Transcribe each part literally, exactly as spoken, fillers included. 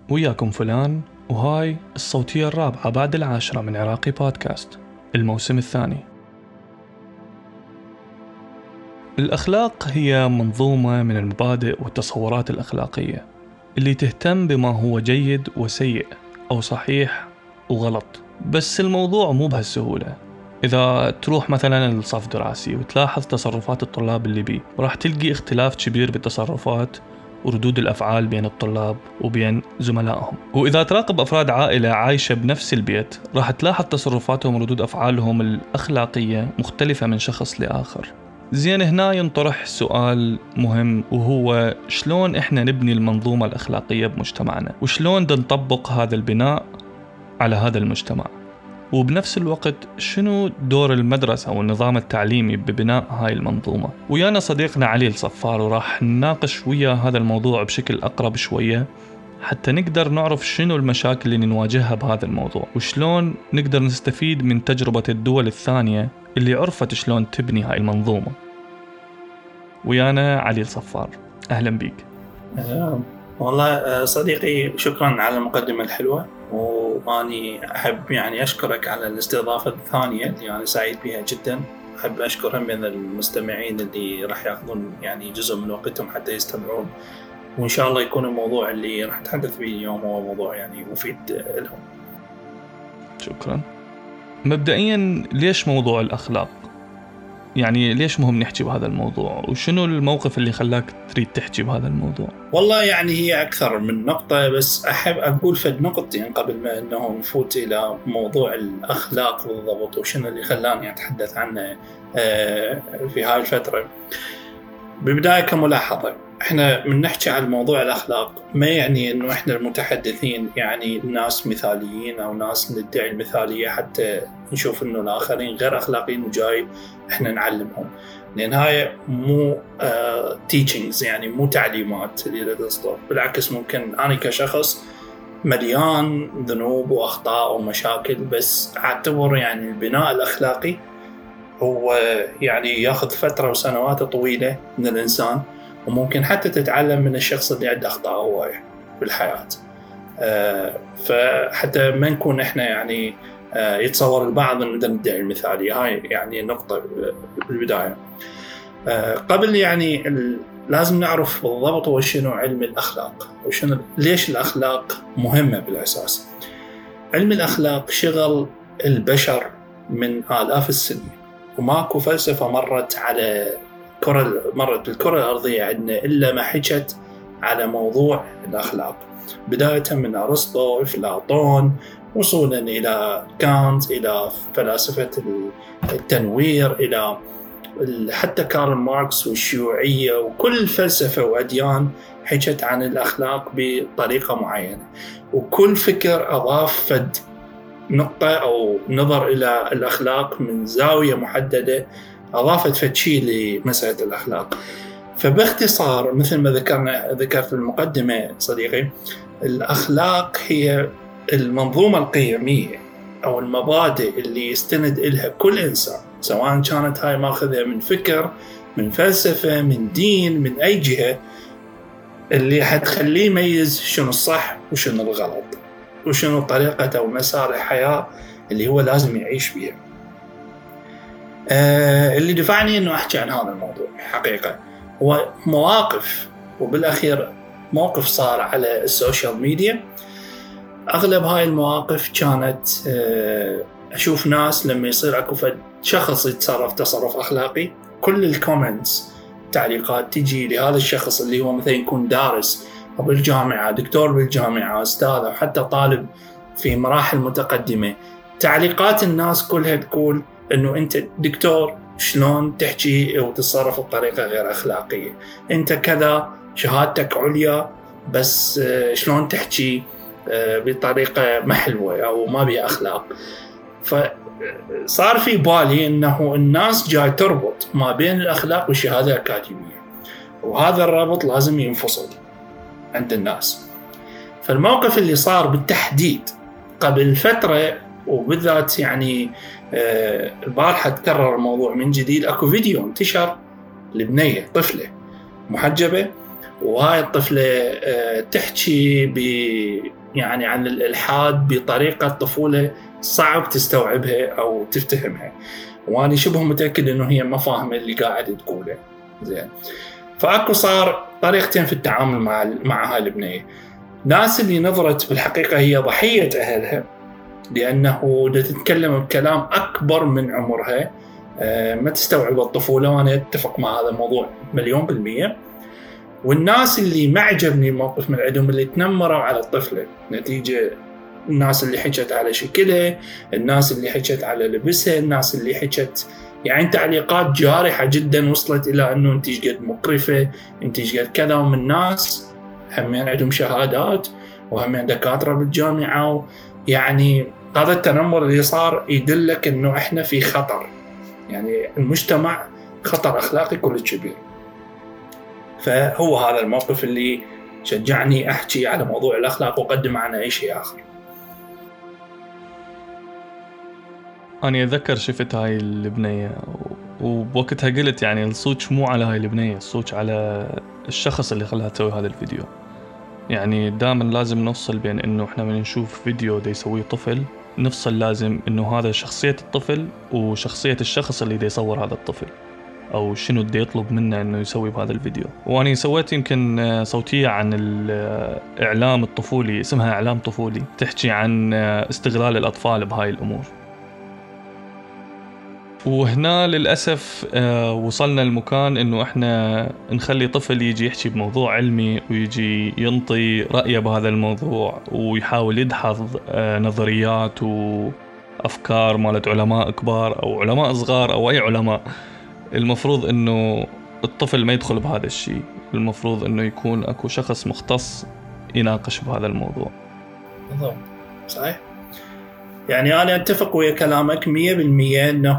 وياكم فلان، وهاي الصوتية الرابعة بعد العاشرة من عراقي بودكاست الموسم الثاني. الأخلاق هي منظومة من المبادئ والتصورات الأخلاقية اللي تهتم بما هو جيد وسيء أو صحيح وغلط. بس الموضوع مو بهالسهولة. إذا تروح مثلا لصف دراسي وتلاحظ تصرفات الطلاب اللي بيه، راح تلقي اختلاف كبير بالتصرفات وردود الأفعال بين الطلاب وبين زملائهم. وإذا تراقب أفراد عائلة عايشة بنفس البيت، راح تلاحظ تصرفاتهم وردود أفعالهم الأخلاقية مختلفة من شخص لآخر. زين، هنا ينطرح سؤال مهم، وهو شلون إحنا نبني المنظومة الأخلاقية بمجتمعنا، وشلون نطبق هذا البناء على هذا المجتمع، وبنفس الوقت شنو دور المدرسة والنظام التعليمي ببناء هاي المنظومة. ويانا صديقنا علي الصفار، وراح نناقش ويا هذا الموضوع بشكل أقرب شوية حتى نقدر نعرف شنو المشاكل اللي نواجهها بهذا الموضوع، وشلون نقدر نستفيد من تجربة الدول الثانية اللي عرفت شلون تبني هاي المنظومة. ويانا علي الصفار، أهلا بيك. أه والله صديقي، شكرا على المقدمة الحلوة، وأني أحب يعني أشكرك على الاستضافة الثانية اللي أنا سعيد بها جدا. أحب أشكر من المستمعين اللي راح يأخذون يعني جزء من وقتهم حتى يستمعون، وإن شاء الله يكون الموضوع اللي راح نتحدث فيه اليوم هو موضوع يعني مفيد لهم. شكرا. مبدئيا، ليش موضوع الأخلاق؟ يعني ليش مهم نحكي بهذا الموضوع، وشنو الموقف اللي خلاك تريد تحكي بهذا الموضوع؟ والله يعني هي أكثر من نقطة، بس أحب أقول فد نقطتين قبل ما أنه نفوت إلى موضوع الأخلاق بالضبط وشنو اللي خلاني أتحدث عنه في هاي الفترة. ببداية كملاحظة، إحنا من نحكي عن موضوع الأخلاق ما يعني إنه إحنا المتحدثين يعني ناس مثاليين أو ناس ندعي المثالية حتى نشوف إنه الآخرين غير أخلاقيين وجاي إحنا نعلمهم، لأن هاي مو آه teachings، يعني مو تعليمات اللي تصدر. بالعكس، ممكن أنا كشخص مليان ذنوب وأخطاء ومشاكل، بس أعتبر يعني البناء الأخلاقي هو يعني ياخذ فترة وسنوات طويلة من الإنسان، وممكن حتى تتعلم من الشخص اللي عنده أخطاء هواية بالحياة. آه فحتى ما نكون إحنا يعني آه يتصور البعض إنه ندعي المثالية. هاي يعني نقطة بالبداية. آه قبل يعني لازم نعرف بالضبط هو شنو علم الأخلاق، وشنو ليش الأخلاق مهمة بالأساس. علم الأخلاق شغل البشر من آلاف السنين، وماكو فلسفة مرت على كرة مرت بالكرة الأرضية عندنا إلا ما حكت على موضوع الأخلاق، بداية من أرسطو، أفلاطون، وصولا إلى كانت، إلى فلاسفة التنوير، إلى حتى كارل ماركس والشيوعية، وكل فلسفة وأديان حكت عن الأخلاق بطريقة معينة، وكل فكر أضاف فد نقطة أو نظر إلى الأخلاق من زاوية محددة، أضافت فتشي لمسألة الأخلاق. فباختصار مثل ما ذكرنا ذكرت في المقدمة صديقي، الأخلاق هي المنظومة القيمية أو المبادئ اللي يستند إلها كل إنسان، سواء كانت هاي ماخذها من فكر، من فلسفة، من دين، من أي جهة، اللي حتخليه يميز شنو الصح وشنو الغلط، وشنو طريقة أو مسار الحياة اللي هو لازم يعيش بيها. آه اللي دفعني أنه أحكي عن هذا الموضوع حقيقة هو مواقف، وبالأخير موقف صار على السوشيال ميديا. أغلب هاي المواقف كانت آه أشوف ناس لما يصير أكو شخص يتصرف تصرف أخلاقي، كل الكومنتس تعليقات تجي لهذا الشخص اللي هو مثلا يكون دارس بالجامعة، دكتور بالجامعة، أستاذ، أو حتى طالب في مراحل متقدمة. تعليقات الناس كلها تقول إنه أنت دكتور شلون تحكي وتتصرف بطريقة غير أخلاقية، أنت كذا شهادتك عليا بس شلون تحكي بطريقة ما حلوة أو ما بها أخلاق. فصار في بالي إنه الناس جاي تربط ما بين الأخلاق والشهادة الأكاديمية، وهذا الرابط لازم ينفصل عند الناس. فالموقف اللي صار بالتحديد قبل فترة، وبالذات يعني آه البارحة تكرر الموضوع من جديد. أكو فيديو انتشر لبنية طفلة محجبة، وهاي الطفلة آه تحكي يعني عن الإلحاد بطريقة طفولة صعب تستوعبها أو تفتهمها، وأنا شبه متأكد إنه هي ما فاهمة اللي قاعد تقوله. زين، فأكو صار طريقتين في التعامل مع مع هاي البنية. ناس اللي نظرت بالحقيقة هي ضحية أهلها، لأنه تتكلم بكلام أكبر من عمرها، ما تستوعب الطفولة، وأنا أتفق مع هذا الموضوع مليون بالمية. والناس اللي ما عجبني الموقف من عندهم، اللي تنمروا على الطفلة نتيجة الناس اللي حكت على شكلها، الناس اللي حكت على لبسها، الناس اللي حكت يعني تعليقات جارحة جدا وصلت إلى أنه أنت قد مقرفة، أنت قد كذا. ومن ناس همين عندهم شهادات وهمين دكاترة بالجامعة، يعني هذا التنمر اللي صار يدلك أنه إحنا في خطر، يعني المجتمع خطر أخلاقي كل كبير. فهو هذا الموقف اللي شجعني أحكي على موضوع الأخلاق وقدم عنه أي شيء آخر. أنا أتذكر شفت هاي البنية وبوقتها قلت يعني الصوت مو على هاي البنية، الصوت على الشخص اللي خلاها تسوي هذا الفيديو. يعني دائما لازم نفصل بين إنه إحنا من نشوف فيديو دا يسويه طفل، نفصل لازم إنه هذا شخصية الطفل وشخصية الشخص اللي دا يصور هذا الطفل، أو شنو دا يطلب منه إنه يسوي بهذا الفيديو. وأنا سويت يمكن صوتية عن الإعلام الطفولي، اسمها إعلام طفولي، تحكي عن استغلال الأطفال بهاي الأمور. وهنا للأسف وصلنا المكان إنه إحنا نخلي طفل يجي يحكي بموضوع علمي ويجي ينطي رأيه بهذا الموضوع ويحاول يدحض نظريات وأفكار مالت علماء كبار أو علماء صغار أو أي علماء. المفروض إنه الطفل ما يدخل بهذا الشيء، المفروض إنه يكون أكو شخص مختص يناقش بهذا الموضوع. بالضبط، صحيح. يعني أنا أتفق ويا كلامك مية بالمية أنه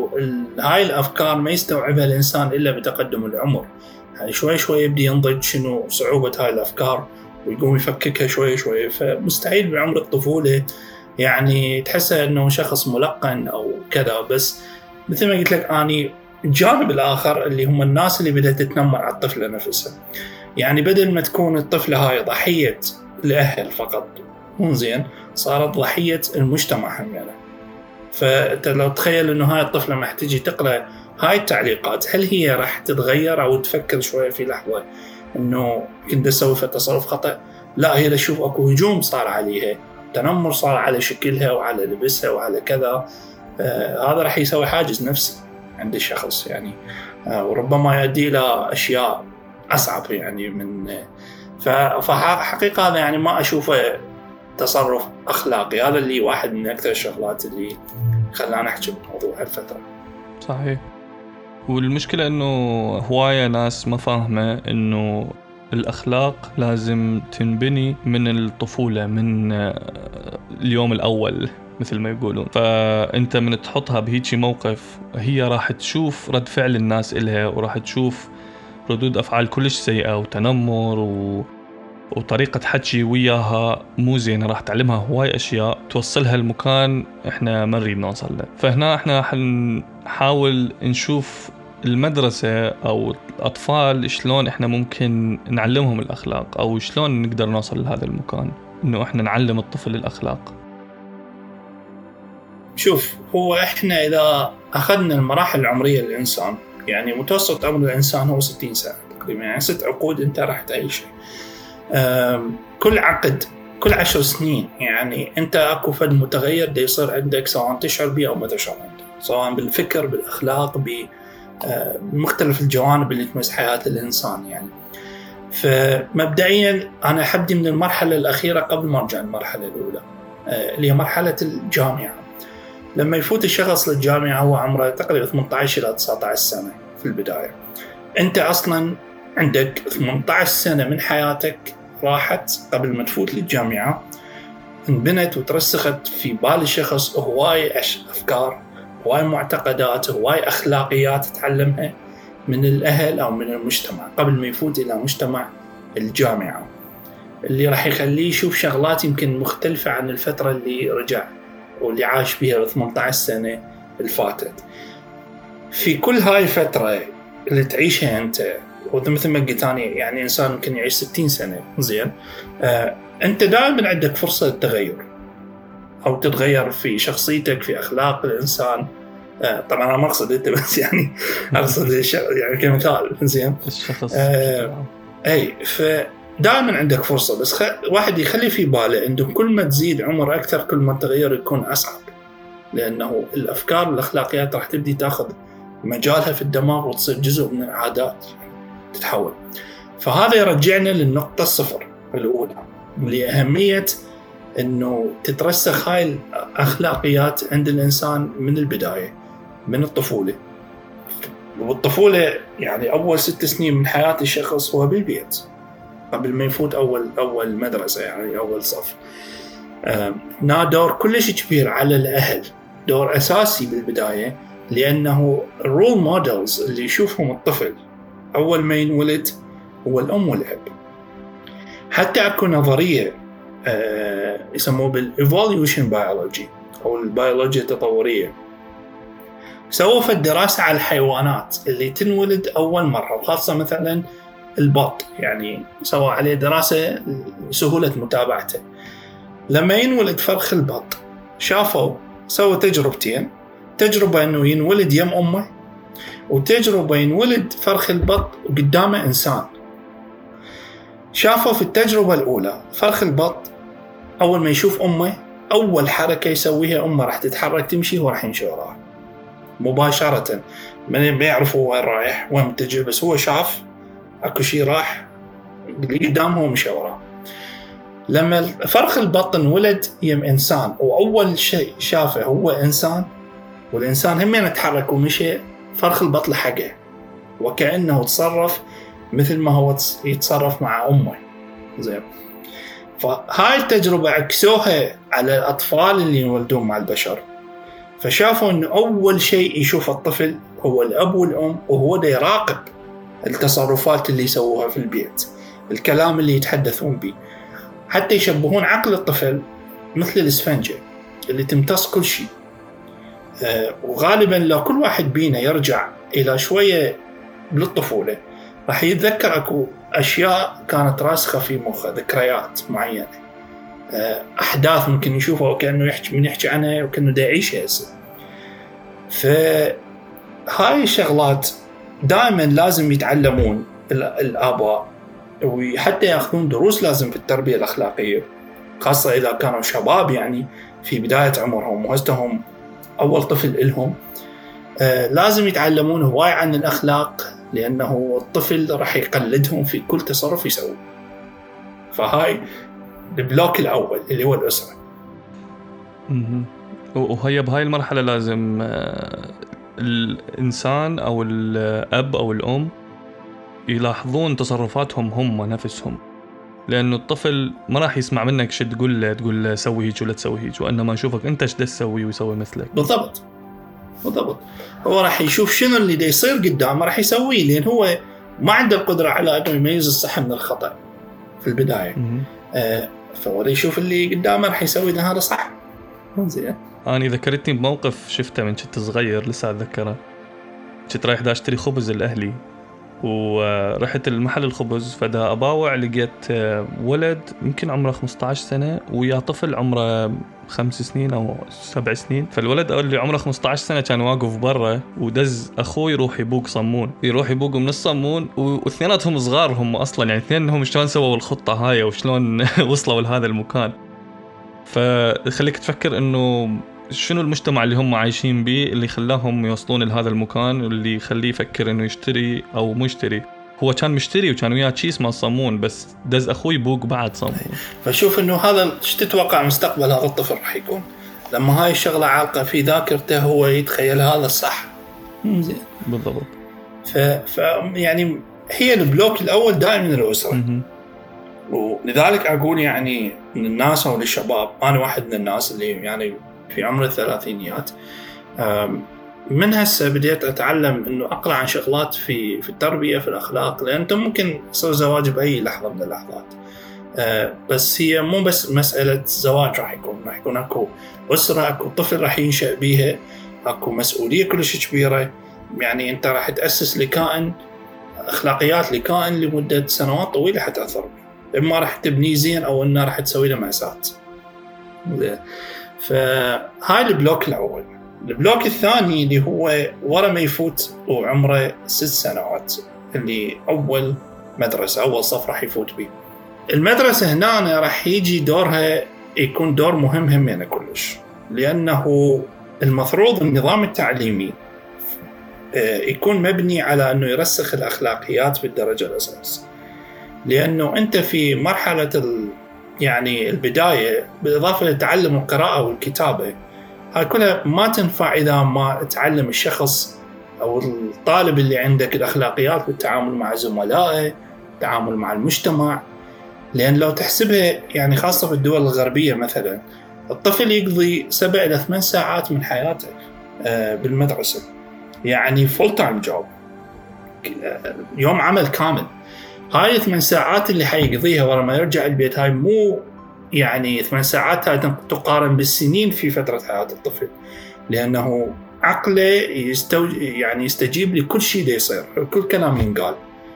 هاي الأفكار ما يستوعبها الإنسان إلا بتقدم العمر. يعني شوي شوي يبدي ينضج شنو صعوبة هاي الأفكار ويقوم يفككها شوي شوي. فمستحيل بعمر الطفولة يعني تحسه أنه شخص ملقن أو كذا. بس مثل ما قلت لك، أني الجانب الآخر اللي هم الناس اللي بدأت تتنمر على الطفلة نفسها. يعني بدل ما تكون الطفلة هاي ضحية الأهل فقط، مو زين، صارت ضحية المجتمع هم يعني. فأنت لو تخيل إنه هاي الطفلة ما تجي تقرأ هاي التعليقات، هل هي راح تتغير أو تفكر شوية في لحظة إنه كنت أسوي في تصرف خطأ؟ لا، هي تشوف أكو هجوم صار عليها، تنمر صار على شكلها وعلى لبسها وعلى كذا. آه هذا راح يسوي حاجز نفسي عند الشخص يعني، آه وربما يؤدي إلى أشياء أصعب يعني من آه فحقيقة هذا يعني ما أشوفه تصرف أخلاقي. هذا اللي واحد من أكثر الشغلات اللي خلانا نحكي بموضوع هالفترة. صحيح. والمشكلة إنه هواية ناس ما فاهمة إنه الأخلاق لازم تنبني من الطفولة، من اليوم الأول مثل ما يقولون. فأنت من تحطها بهيجي موقف، هي راح تشوف رد فعل الناس إلها، وراح تشوف ردود أفعال كلش سيئة وتنمر و وطريقة حكي وياها مو زينة، راح تعلمها هواي أشياء توصلها المكان إحنا ما نريد نوصل له. فهنا إحنا حنحاول نشوف المدرسة أو الأطفال شلون إحنا ممكن نعلمهم الأخلاق، أو شلون نقدر نوصل لهذا المكان إنه إحنا نعلم الطفل الأخلاق. شوف، هو إحنا إذا أخذنا المراحل العمرية للإنسان، يعني متوسط عمر الإنسان هو ستين سنة تقريبا، يعني ست عقود أنت راح تعيش. كل عقد كل عشر سنين يعني أنت أكو فد متغير دا يصير عندك، سواء تشعر به أو ما تشعر عندك، سواء بالفكر بالأخلاق بمختلف الجوانب اللي تمس حياة الإنسان يعني. فمبدئيا أنا أحبدي من المرحلة الأخيرة قبل ما أرجع المرحلة الأولى اللي هي مرحلة الجامعة. لما يفوت الشخص للجامعة هو عمره تقريبا ثمانية عشر إلى تسعة عشر سنة في البداية. أنت أصلا عندك ثمانية عشر سنة من حياتك راحت قبل ما تفوت للجامعة، انبنت وترسخت في بال الشخص هواي أفكار، هواي معتقدات، هواي أخلاقيات تتعلمها من الأهل أو من المجتمع قبل ما يفوت إلى مجتمع الجامعة، اللي راح يخليه يشوف شغلات يمكن مختلفة عن الفترة اللي رجع واللي عاش بها ثمانية عشر سنة الفاتت. في كل هاي الفترة اللي تعيشها أنت ومثل ما قلت أنا يعني إنسان ممكن يعيش ستين سنة زين. آه أنت دائما عندك فرصة للتغير أو تتغير في شخصيتك في أخلاق الإنسان. آه طبعا أنا ما أقصد أنت بس يعني أقصد يعني كمثال زين الشخص آه أي فدائما عندك فرصة، بس خ... واحد يخلي في باله إنه كل ما تزيد عمر أكثر كل ما التغير يكون أصعب، لأنه الأفكار والأخلاقيات راح تبدي تأخذ مجالها في الدماغ وتصير جزء من العادات تتحول. فهذا يرجعنا للنقطة الصفر الأولى لأهمية أنه تترسخ هاي الأخلاقيات عند الإنسان من البداية من الطفولة. والطفولة يعني أول ست سنين من حياة الشخص هو بالبيت قبل ما يفوت أول أول مدرسة يعني أول صف. هنا دور كلش كبير على الأهل، دور أساسي بالبداية، لأنه الرول مودلز اللي يشوفهم الطفل أول ما ينولد هو الأم والأب. حتى أكو نظرية آه يسموه بالإيفوليوشن بيولوجي أو البيولوجيا التطورية، سووا في الدراسة على الحيوانات اللي تنولد أول مرة، وخاصة مثلا البط يعني سووا عليه دراسة سهولة متابعته. لما ينولد فرخ البط شافوا سووا تجربتين، تجربة أنه ينولد يم أمه، وتجربة ينولد فرخ البط قدامه إنسان. شافوا في التجربة الأولى فرخ البط أول ما يشوف أمه أول حركة يسويها أمه راح تتحرك تمشي وراح يمشي وراها مباشرة، ما يعرفوا وين رايح وين متجه، بس هو شاف أكو شيء راح قدامه ومشي وراه. لما فرخ البط انولد يم إنسان وأول شيء شافه هو إنسان، والإنسان هم يتحرك ومشي، فرخ البط لحقه وكأنه تصرف مثل ما هو يتصرف مع أمه زين. فهاي التجربة عكسوها على الأطفال اللي يولدون مع البشر، فشافوا أن أول شيء يشوف الطفل هو الأب والأم، وهو دا يراقب التصرفات اللي يسووها في البيت، الكلام اللي يتحدثون به، حتى يشبهون عقل الطفل مثل الإسفنجة اللي تمتص كل شيء. آه وغالبا لو كل واحد بينا يرجع إلى شوية بالطفولة راح يتذكر أكو أشياء كانت راسخة في مخه، ذكريات معينة، آه أحداث ممكن يشوفها وكأنه يحكي من يحكي عنها وكأنه دا يعيشها هسه. فهاي الشغلات دائما لازم يتعلمون الآباء، وحتى يأخذون دروس لازم في التربية الأخلاقية، خاصة إذا كانوا شباب يعني في بداية عمرهم وهستهم أول طفل إلهم. آه لازم يتعلمون هواي عن الأخلاق، لأنه الطفل راح يقلدهم في كل تصرف يسوي. فهاي البلوك الأول اللي هو الأسرة. وهي بهاي المرحلة لازم الإنسان أو الأب أو الأم يلاحظون تصرفاتهم هم نفسهم، لأنه الطفل ما راح يسمع منك شو تقول له تقول له سوي هيك ولا تسوي هيك، وإنما يشوفك أنت شو تسوي ويسوي مثلك. بالضبط بالضبط، هو راح يشوف شنو اللي دا يصير قدامه راح يسويه، لأن هو ما عنده القدرة على أنه يميز الصح من الخطأ في البداية. آه فهو يشوف اللي قدامه راح يسوي ده هذا صح. زين. أنا ذكرتني بموقف شفته من كنت صغير لسه أتذكره. كنت رايح دا أشتري خبز الأهلي، ورحت المحل الخبز فدا أباوع لقيت ولد يمكن عمره خمسة عشر سنة ويا طفل عمره خمس سنين أو سبع سنين. فالولد قال لي عمره خمسة عشر سنة كان واقف برا ودز أخوي يروح يبوق صمون، يروح يبوق من الصمون، واثنيناتهم صغار هم أصلا يعني اثنينهم شلون سووا الخطة هاي وشلون وصلوا لهذا المكان. فخليك تفكر إنه شنو المجتمع اللي هم عايشين به اللي خلاهم يوصلون لهذا المكان، واللي يخليه يفكر انه يشتري او مو يشتري. هو كان مشتري وكان وياه شيء اسمه صمون، بس دز اخوي بوق بعد صمون. فشوف انه هذا ايش تتوقع مستقبل هذا الطفل راح يكون لما هاي الشغله عالقه في ذاكرته، هو يتخيل هذا الصح. زين بالضبط. ف... ف يعني هي البلوك الاول دائما الاسره. ولذلك اقول يعني من الناس او للشباب، انا واحد من الناس اللي يعني في عمر الثلاثينيات، من هسه بديت أتعلم إنه أقرأ عن شغلات في في التربية في الأخلاق، لأن أنت ممكن يصير زواج بأي لحظة من اللحظات. بس هي مو بس مسألة زواج، راح يكون راح يكون أكو أسرة، أكو طفل راح ينشأ بيها، أكو مسؤولية كلش كبيرة. يعني أنت راح تأسس لكائن اخلاقيات لكائن لمده سنوات طويله حتاثر، اما راح تبنيه زين او انه راح تسوي له مأساة. فهاي البلوك الاول. البلوك الثاني اللي هو ورا ما يفوت وعمره ست سنوات، اللي اول مدرسه اول صف راح يفوت به. المدرسه هنا راح يجي دورها يكون دور مهم همين كلش، لانه المفروض النظام التعليمي يكون مبني على انه يرسخ الاخلاقيات بالدرجه الاساسيه، لانه انت في مرحله ال يعني البدايه بالاضافه لتعلم القراءه والكتابه، هاي كلها ما تنفع اذا ما تعلم الشخص او الطالب اللي عندك الاخلاقيات بالتعامل مع زملائه، التعامل مع المجتمع. لان لو تحسبها يعني خاصه في الدول الغربيه مثلا، الطفل يقضي سبع الى ثمان ساعات من حياته بالمدرسه، يعني فول تايم جوب، يوم عمل كامل. هاي الثمان ساعات اللي حيقضيها ورا ما يرجع البيت، هاي مو يعني ثمان ساعات هاي تقارن بالسنين في فترة حياة الطفل، لأنه عقله يستو... يعني يستجيب لكل شيء دا يصير، كل كلام ينقال.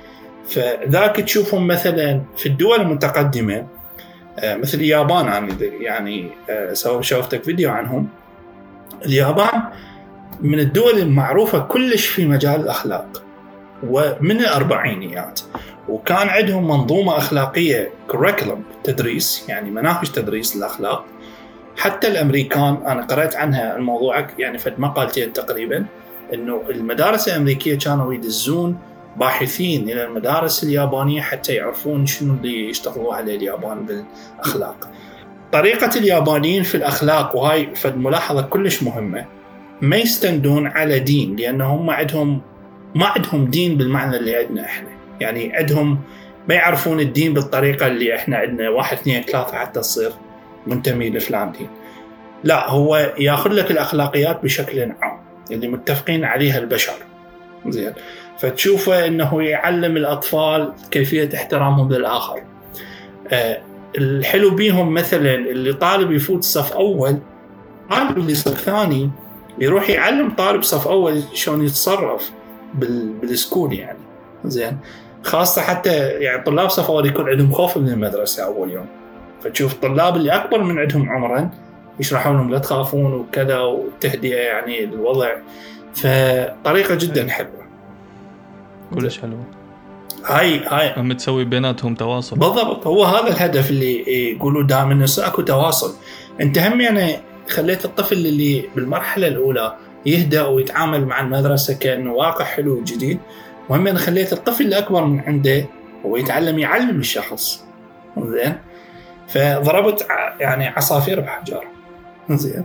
فذاك تشوفهم مثلا في الدول المتقدمة مثل اليابان، أنا يعني سوف شوفتك فيديو عنهم. اليابان من الدول المعروفة كلش في مجال الأخلاق، ومن الأربعينيات، وكان عندهم منظومة أخلاقية كوريكولم تدريس، يعني مناهج تدريس الأخلاق. حتى الأمريكان أنا قرأت عنها الموضوع يعني فد مقالتين تقريبا، إنه المدارس الأمريكية كانوا يدزون باحثين إلى المدارس اليابانية حتى يعرفون شنو اللي يشتغلوا عليه اليابان بالأخلاق. طريقة اليابانيين في الأخلاق، وهاي فد ملاحظة كلش مهمة، ما يستندون على دين، لأنهم عندهم ما عندهم دين بالمعنى اللي عندنا إحنا، يعني عندهم ما يعرفون الدين بالطريقة اللي إحنا عندنا واحد اثنين ثلاثة حتى تصير منتمي لفلان دين. لا، هو يأخذ لك الأخلاقيات بشكل عام اللي متفقين عليها البشر، زين. فتشوفه إنه يعلم الأطفال كيفية احترامهم للآخر. أه الحلو بيهم مثلا اللي طالب يفوت صف أول، طالب اللي صف ثاني يروح يعلم طالب صف أول شلون يتصرف بالسكول، يعني زين. خاصة حتى يعني طلاب صف أول يكون عندهم خوف من المدرسة أول يوم، فتشوف الطلاب اللي أكبر من عندهم عمرا يشرحون لهم لا تخافون وكذا، وتهدئة يعني الوضع. فطريقة جدا حلوة، كلش حلوة. هاي هاي عم تسوي بيناتهم تواصل. بالضبط، هو هذا الهدف اللي يقولوا دائما إنه اكو تواصل. أنت هم يعني خليت الطفل اللي بالمرحلة الأولى يهدأ ويتعامل مع المدرسة كأنه واقع حلو جديد، وهم أنا خليت الطفل الأكبر من عنده هو يتعلم يعلم الشخص، زين. فضربت يعني عصافير بحجر، زين.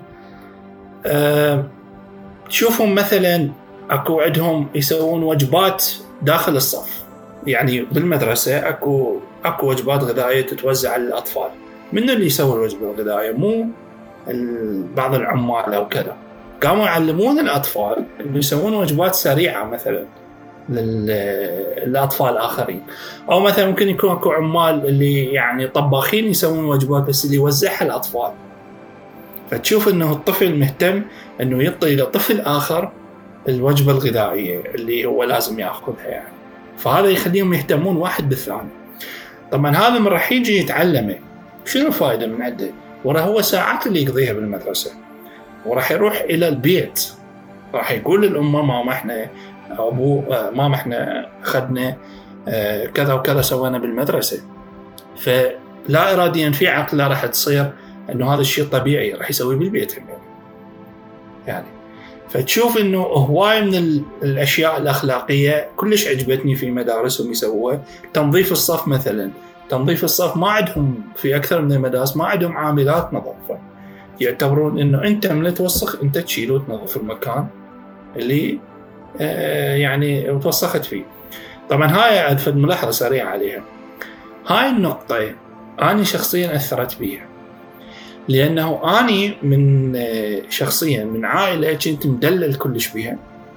أه تشوفهم مثلا أكو عندهم يسوون وجبات داخل الصف، يعني بالمدرسة أكو أكو وجبات غذائية تتوزع على الأطفال. من اللي يسوي الوجبة الغذائية؟ مو بعض العمال أو كذا، قاموا يعلمون الأطفال إنه يسوون وجبات سريعة مثلا للأطفال آخرين، أو مثلا ممكن يكون أكو عمال اللي يعني طباخين يسوون وجبات بس اللي يوزعها الأطفال. فتشوف إنه الطفل مهتم إنه يعطي لطفل آخر الوجبة الغذائية اللي هو لازم يأخذها، يعني فهذا يخليهم يهتمون واحد بالثاني. طبعا هذا من راح يجي يتعلمه شنو فائدة من عنده؟ ورا هو ساعات اللي يقضيها بالمدرسة، وراح يروح إلى البيت راح يقول للأمة ماما إحنا أبو ماما إحنا أخذنا كذا وكذا سوينا بالمدرسة. فلا إراديا في عقله راح تصير إنه هذا الشيء طبيعي راح يسويه بالبيت يعني. فتشوف إنه هواي من الأشياء الأخلاقية كلش عجبتني في مدارسهم يسووها. تنظيف الصف مثلا، تنظيف الصف ما عندهم في أكثر من المدارس ما عندهم عاملات نظافة، يعتبرون إنه أنت من توسخ أنت تشيله وتنظف المكان اللي آه يعني توسخت فيه. طبعا هاي أدفد ملاحظة سريعة عليها. هاي النقطة أنا شخصيا أثرت بيها، لأنه أنا من آه شخصيا من عائلة كنت مدلل كلش بيها،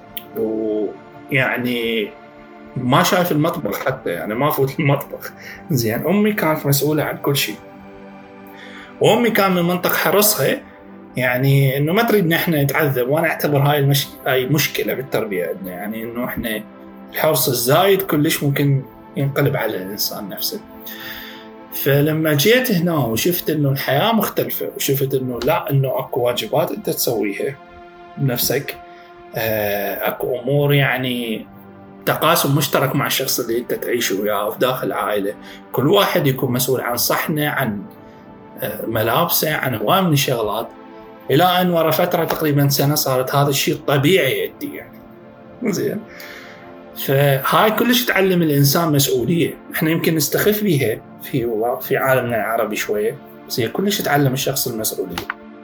ويعني ما شايف المطبخ حتى، يعني ما فوت المطبخ. زين، أمي كانت مسؤولة عن كل شيء، وأمي كان من منطق حرصها يعني إنه ما تريد نحن نتعذب. وأنا أعتبر هاي المش... هاي مشكلة بالتربية عندنا، يعني إنه إحنا الحرص الزايد كلش ممكن ينقلب على الإنسان نفسه. فلما جيت هنا وشفت إنه الحياة مختلفة، وشفت إنه لا، إنه أكو واجبات أنت تسويها بنفسك، أكو أمور يعني تقاسم مشترك مع الشخص اللي أنت تعيش وياه في داخل العائلة، كل واحد يكون مسؤول عن صحنه، عن ملابسه، عن هواية من الشغلات، إلى أن ورا فترة تقريبا سنة صارت هذا الشيء طبيعي يدي يعني. زين، فهاي كلش تعلم الإنسان مسؤولية. إحنا يمكن نستخف بيها في في عالمنا العربي شوية، بس هي كلش تعلم الشخص المسؤولية.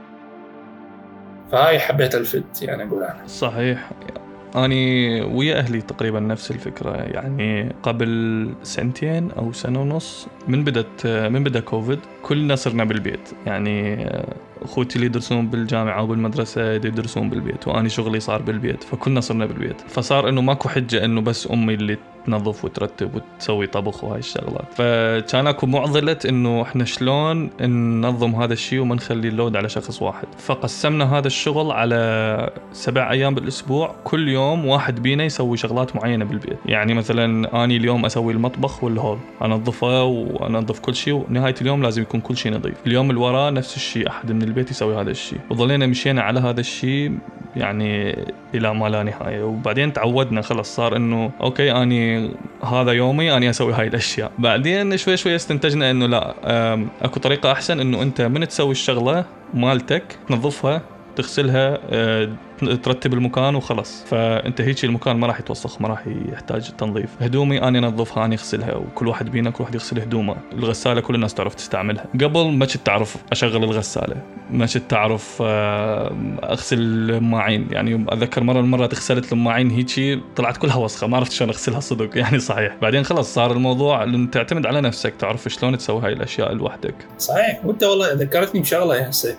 فهاي حبيت الفت يعني أقول عنها. صحيح. أني ويا أهلي تقريبا نفس الفكرة، يعني قبل سنتين أو سنة ونص من بدت من بدأ كوفيد كلنا صرنا بالبيت. يعني أخوتي اللي يدرسون بالجامعة وبالمدرسة يدرسون بالبيت، وأنا شغلي صار بالبيت، فكلنا صرنا بالبيت. فصار إنه ماكو حجة إنه بس أمي اللي تنظف وترتب وتسوي طبخ وهاي الشغلات. فكان اكو معضلة إنه إحنا شلون ننظم هذا الشيء وما نخلي اللود على شخص واحد. فقسمنا هذا الشغل على سبع أيام بالأسبوع، كل يوم واحد بينا يسوي شغلات معينة بالبيت. يعني مثلا أني اليوم أسوي المطبخ والهول، أنظفه وأنظف كل شيء، ونهاية اليوم لازم يكون كل شيء نظيف. اليوم اللي وراه نفس الشيء، أحد من البيت يسوي هذا الشيء، وظلينا مشينا على هذا الشيء يعني إلى ما لا نهاية. وبعدين تعودنا خلص، صار إنه أوكي أني هذا يومي أني أسوي هاي الأشياء. بعدين شوي شوي استنتجنا إنه لا، أكو طريقة أحسن، إنه أنت من تسوي الشغلة مالتك تنظفها، تغسلها، ترتب المكان وخلص. فأنت هيك المكان ما راح يتوسخ، ما راح يحتاج تنظيف. هدومي أنا أنظفها، أنا أغسلها، وكل واحد بينا كل واحد يغسل هدومه. الغسالة كل الناس تعرف تستعملها. قبل ما كنت تعرف أشغل الغسالة، ما كنت تعرف أغسل الماعين. يعني أذكر مرة المرة غسلت الماعين هيك طلعت كلها وسخة، ما عرفت شلون أغسلها صدق يعني. صحيح. بعدين خلص صار الموضوع أن تعتمد على نفسك، تعرف شلون تسوي هاي الأشياء لوحدك. صحيح. وأنت والله ذكرتني بشغلة هسه،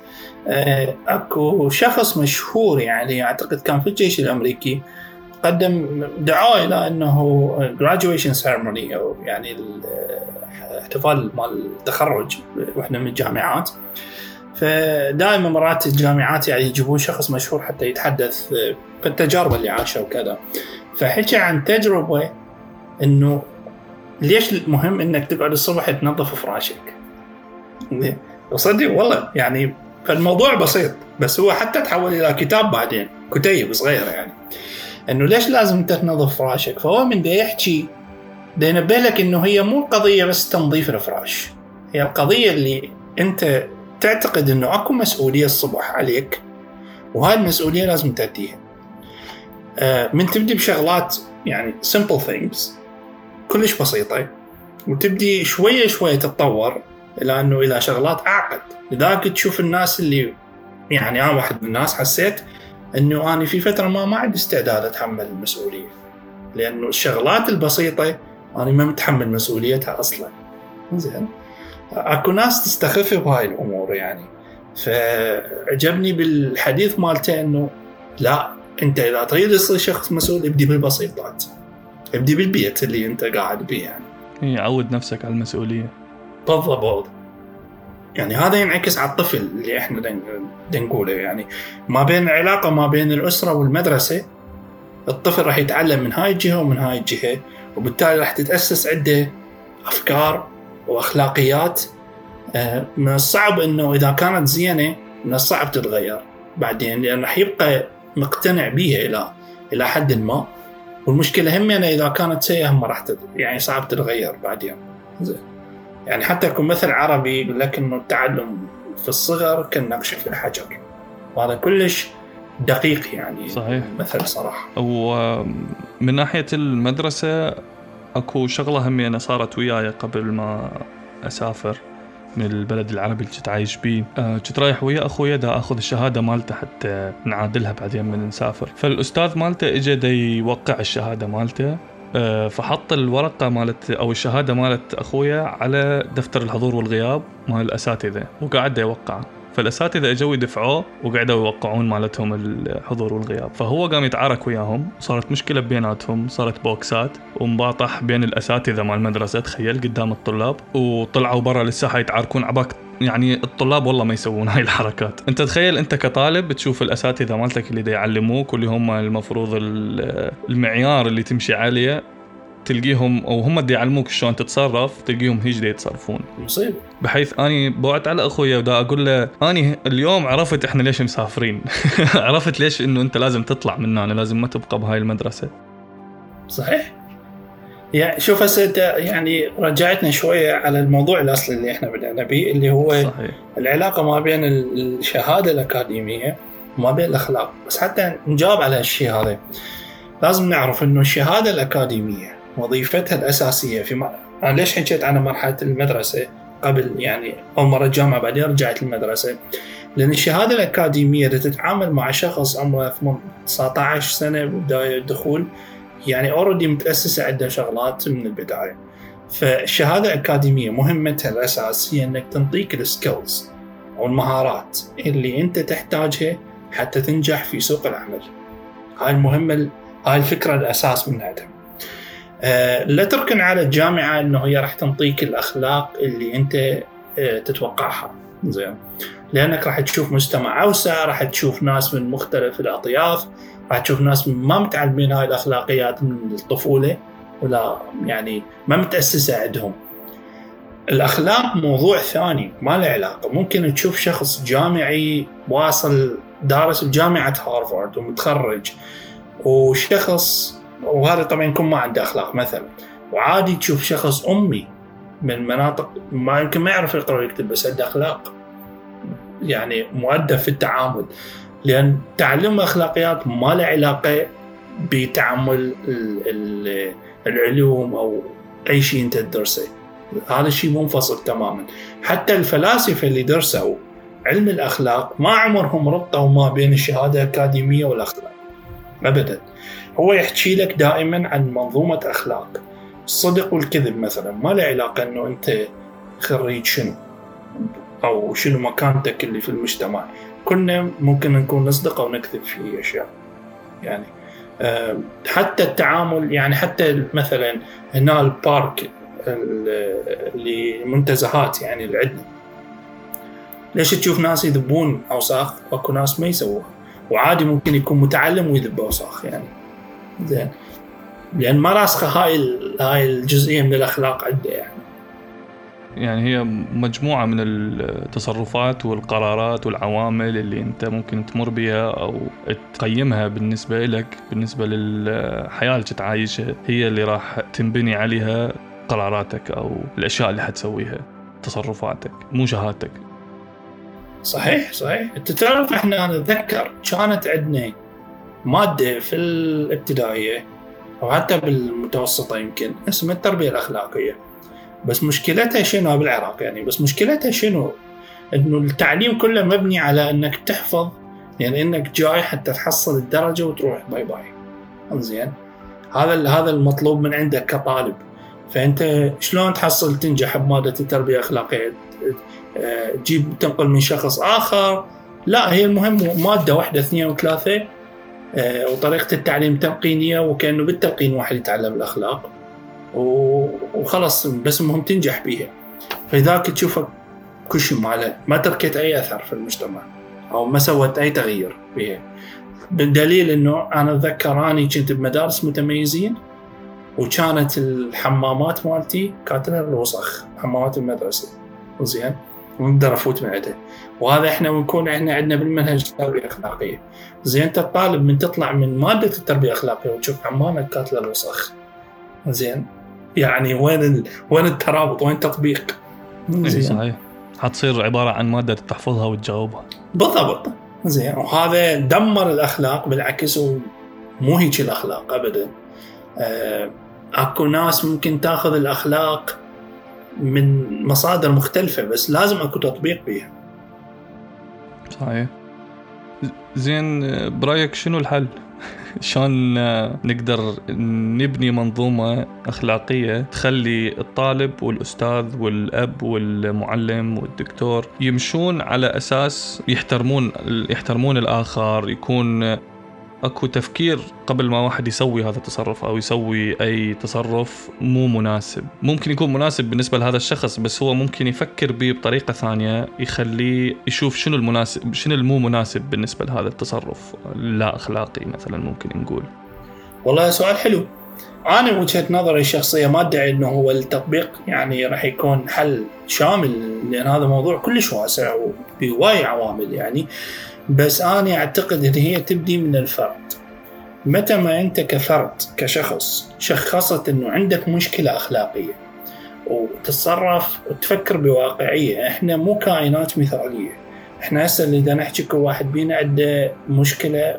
أكو شخص مشهور يعني أعتقد كان في الجيش الأمريكي، قدم دعوة إلى أنه graduation ceremony أو يعني الاحتفال مال التخرج وإحنا من الجامعات. فدائما مرات الجامعات يعني يجيبون شخص مشهور حتى يتحدث في التجارب اللي عاشها وكذا. فحكى عن تجربة إنه ليش مهم إنك تقعد الصبح تنظف فراشك. وصدق والله يعني فالموضوع بسيط، بس هو حتى تحول إلى كتاب بعدين، كتيب صغير يعني، إنه ليش لازم أنت تنظف فراشك. فهو من ده يحكي ده ينبه لك إنه هي مو قضية بس تنظيف الفراش، هي القضية اللي أنت تعتقد إنه أكو مسؤولية الصبح عليك، وهاي المسؤولية لازم تأديها. آه من تبدي بشغلات يعني simple things كلش بسيطة، وتبدي شوية شوية تتطور إلى أنه إلى شغلات أعقد. لذلك تشوف الناس اللي يعني أنا واحد من الناس حسيت أنه أنا في فترة ما ما عندي استعداد أتحمل المسؤولية، لأنه الشغلات البسيطة أنا ما متحمل مسؤوليتها أصلا. زين، أكو ناس تستخف بهاي الأمور يعني. فعجبني بالحديث مالته أنه لا، أنت إذا تريد تصير شخص مسؤول ابدي بالبسيطات، ابدي بالبيت اللي أنت قاعد بيه يعني. يعود نفسك على المسؤولية. بالضبط. يعني هذا ينعكس على الطفل اللي احنا نقوله، يعني ما بين العلاقة ما بين الأسرة والمدرسة، الطفل راح يتعلم من هاي الجهة ومن هاي الجهة، وبالتالي راح تتأسس عنده أفكار وأخلاقيات من الصعب إنه إذا كانت زينة من الصعب تتغير بعدين، لأن راح يبقى مقتنع بيها إلى إلى حد ما. والمشكلة هم يعني إذا كانت سيئة هم راح يعني صعب تتغير بعدين. زين، يعني حتى يكون مثل عربي يقول لك إنه التعلم في الصغر كالنقش في الحجر، وهذا كلش دقيق يعني. صحيح. مثل صراحة. ومن ناحية المدرسة أكو شغلة همي أنا صارت وياي قبل ما أسافر من البلد العربي اللي كنت عايش بيه. كنت رايح ويا أخويا دا أخذ الشهادة مالته حتى نعادلها بعدين من نسافر. فالأستاذ مالته إجا دا يوقع الشهادة مالته، فحط الورقة مالت أو الشهادة مالت أخويا على دفتر الحضور والغياب مال الأساتذة، وقاعد يوقع. فالأساتذة أجوا يدفعوه وقعدوا يوقعون مالتهم الحضور والغياب. فهو قام يتعارك وياهم، صارت مشكلة بيناتهم، صارت بوكسات ومباطح بين الأساتذة مال المدرسة، تخيل قدام الطلاب، وطلعوا برا للساحة يتعاركون عباك يعني الطلاب والله ما يسوون هاي الحركات. انت تخيل انت كطالب تشوف الاساتذه مالتك اللي دا يعلموك واللي هم المفروض المعيار اللي تمشي عليه، تلقيهم او هم دا يعلموك شلون تتصرف، تلقيهم هيج دا يتصرفون. مصيبه. بحيث اني بعت على اخويا ودا اقول له اني اليوم عرفت احنا ليش مسافرين. عرفت ليش انه انت لازم تطلع من هنا، لازم ما تبقى بهاي المدرسه. صحيح. يعني شوف هسه يعني رجعتنا شويه على الموضوع الاصلي اللي احنا بدأنا به، اللي هو صحيح. العلاقه ما بين الشهاده الاكاديميه وما بين الاخلاق. بس حتى نجاوب على هالشيء هذا لازم نعرف انه الشهاده الاكاديميه وظيفتها الاساسيه في م... انا ليش حكيت عن مرحله المدرسه قبل، يعني اول مره الجامعه بعدين رجعت المدرسه، لان الشهاده الاكاديميه اللي تتعامل مع شخص عمره تسعة عشر سنه بدايه الدخول، يعني اوريدي متاسسه عنده شغلات من البدايه. فالشهاده الاكاديميه مهمتها الاساسيه انك تنطيك السكيلز او المهارات اللي انت تحتاجها حتى تنجح في سوق العمل. هاي المهمه، هاي الفكره الاساس من عندها. أه لا تركن على الجامعه انه هي راح تنطيك الاخلاق اللي انت أه تتوقعها، زين، لانك راح تشوف مجتمع اوسع، راح تشوف ناس من مختلف الاطياف، راح تشوف ناس ما متعلمين هاي الاخلاقيات من الطفوله ولا يعني ما متاسسه عندهم. الاخلاق موضوع ثاني ما له علاقه. ممكن تشوف شخص جامعي واصل دارس بجامعه هارفارد ومتخرج، وشخص وهذا طبعا يكون ما عنده اخلاق مثلا، وعادي تشوف شخص امي من مناطق ما يمكن ما يعرف يقرا ويكتب بس عنده اخلاق، يعني مؤدب في التعامل، لان تعلم الاخلاقيات ما له علاقه بتعامل العلوم او اي شيء انت تدرسه. هذا الشيء منفصل تماما. حتى الفلاسفه اللي درسوا علم الاخلاق ما عمرهم ربطوا ما بين الشهاده الاكاديميه والاخلاق ابدا. هو يحكي لك دائما عن منظومه اخلاق. الصدق والكذب مثلا ما له علاقه انه انت خريج شنو او شنو مكانتك اللي في المجتمع. كنا ممكن نكون نصدق او نكذب في اشياء، يعني حتى التعامل، يعني حتى مثلا هنا البارك اللي منتزهات يعني اللي عندنا، ليش تشوف ناس يذبون اوساخ واكو ناس ما يسووها، وعادي ممكن يكون متعلم ويذب اوساخ، يعني زين، لان ما راسخه هاي هاي الجزئيه من الاخلاق عنده. يعني يعني هي مجموعة من التصرفات والقرارات والعوامل اللي أنت ممكن تمر بها أو تقيمها بالنسبة لك، بالنسبة للحياة اللي تعايشها، هي اللي راح تنبني عليها قراراتك أو الأشياء اللي حتسويها، تصرفاتك مو شهادتك. صحيح صحيح. أنت تعرف إحنا نتذكر كانت عندنا مادة في الابتدائية أو حتى بالمتوسطة يمكن اسمها التربية الأخلاقية، بس مشكلتها شنو بالعراق يعني بس مشكلتها شنو انه التعليم كله مبني على انك تحفظ، يعني انك جاي حتى تحصل الدرجه وتروح باي باي، زين، هذا هذا المطلوب من عندك كطالب. فانت شلون تحصل تنجح بماده التربيه الاخلاقيه؟ تجيب تنقل من شخص اخر؟ لا، هي المهم ماده واحده اثنين وثلاثه، وطريقه التعليم تلقينيه، وكانه بالتلقين واحد يتعلم الاخلاق وخلص، بس المهم تنجح بيها. فذاك تشوفك كل شيء ماله، ما تركت أي أثر في المجتمع أو ما سوت أي تغيير بيها. بالدليل إنه أنا أتذكراني كنت بمدارس متميزين، وكانت الحمامات مالتي كانت لها الوسخ، حمامات المدرسة، زين، ونقدر أفوت من عندها. وهذا إحنا ونكون إحنا عندنا بالمنهج التربية الأخلاقية، زين. أنت الطالب من تطلع من مادة التربية الأخلاقية وتشوف حمامك كانت لها الوسخ، زين، يعني وين ال... وين الترابط، وين التطبيق؟ زين، صحيح، حتصير عبارة عن مادة تحفظها وتجاوبها بالضبط، زين. وهذا دمر الأخلاق، بالعكس ومو هيك الأخلاق أبدا. آه، أكو ناس ممكن تأخذ الأخلاق من مصادر مختلفة، بس لازم أكو تطبيق بيها. صحيح. زين، برأيك شنو الحل؟ شلون نقدر نبني منظومة أخلاقية تخلي الطالب والأستاذ والأب والمعلم والدكتور يمشون على أساس يحترمون يحترمون الآخر، يكون أكو تفكير قبل ما واحد يسوي هذا التصرف أو يسوي أي تصرف مو مناسب. ممكن يكون مناسب بالنسبة لهذا الشخص، بس هو ممكن يفكر به بطريقة ثانية يخليه يشوف شنو المناسب شنو المو مناسب بالنسبة لهذا التصرف لا أخلاقي مثلا. ممكن نقول والله سؤال حلو. أنا وجهة نظري الشخصية ما أدعي إنه هو التطبيق يعني راح يكون حل شامل، لأن هذا موضوع كلش واسع وبواي عوامل يعني. بس أنا أعتقد إن هي تبدي من الفرد. متى ما أنت كفرد كشخص شخصت إنه عندك مشكلة أخلاقية وتتصرف وتفكر بواقعية، إحنا مو كائنات مثالية. إحنا هسه اللي دا نحكي كل واحد بينا عنده مشكلة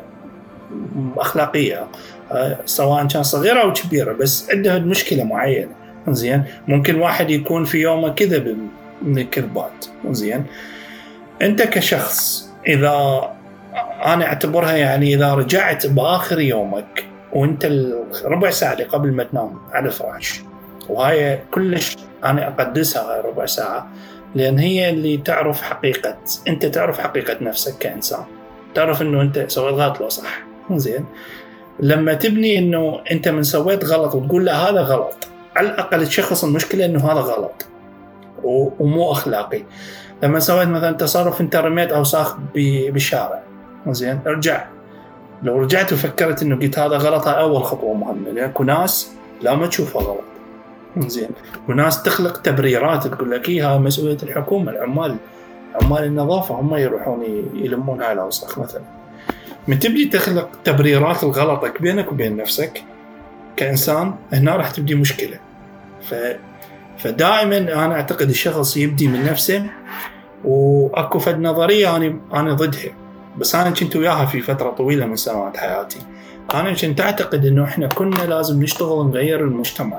أخلاقية سواء كان صغيرة أو كبيرة، بس عنده مشكلة معينة. زين، ممكن واحد يكون في يومه كذب من الكذبات. زين، أنت كشخص إذا أنا أعتبرها يعني إذا رجعت بآخر يومك وأنت الربع ساعة اللي قبل ما تنام على الفراش، وهاي كلش أنا أقدسها هاي ربع ساعة، لأن هي اللي تعرف حقيقة، أنت تعرف حقيقة نفسك كإنسان، تعرف إنه أنت سويت غلط لو صح. زين، لما تبني إنه أنت من سويت غلط وتقول لا هذا غلط، على الأقل تشخص المشكلة إنه هذا غلط ومو أخلاقي. لما سويت مثلا تصرف أنت رميت أوساخ بالشارع، زين، ارجع لو رجعت وفكرت إنه قلت هذا غلط، هاي أول خطوة مهمة، لأنكو ناس لا ما تشوفها غلط. زين، وناس تخلق تبريرات تقول لك إيه مسؤولية الحكومة، العمال عمال النظافة هم يروحون يلمون هاي الأوساخ مثلا. من تبدي تخلق تبريرات لغلطك بينك وبين نفسك كإنسان، هنا راح تبدي مشكلة. ف... فدائما أنا أعتقد الشخص يبدي من نفسه، وأكو فد نظرية أنا أنا ضدها، بس أنا كنت وياها في فترة طويلة من سنوات حياتي. أنا كنت أعتقد إنه إحنا كنا لازم نشتغل نغير المجتمع،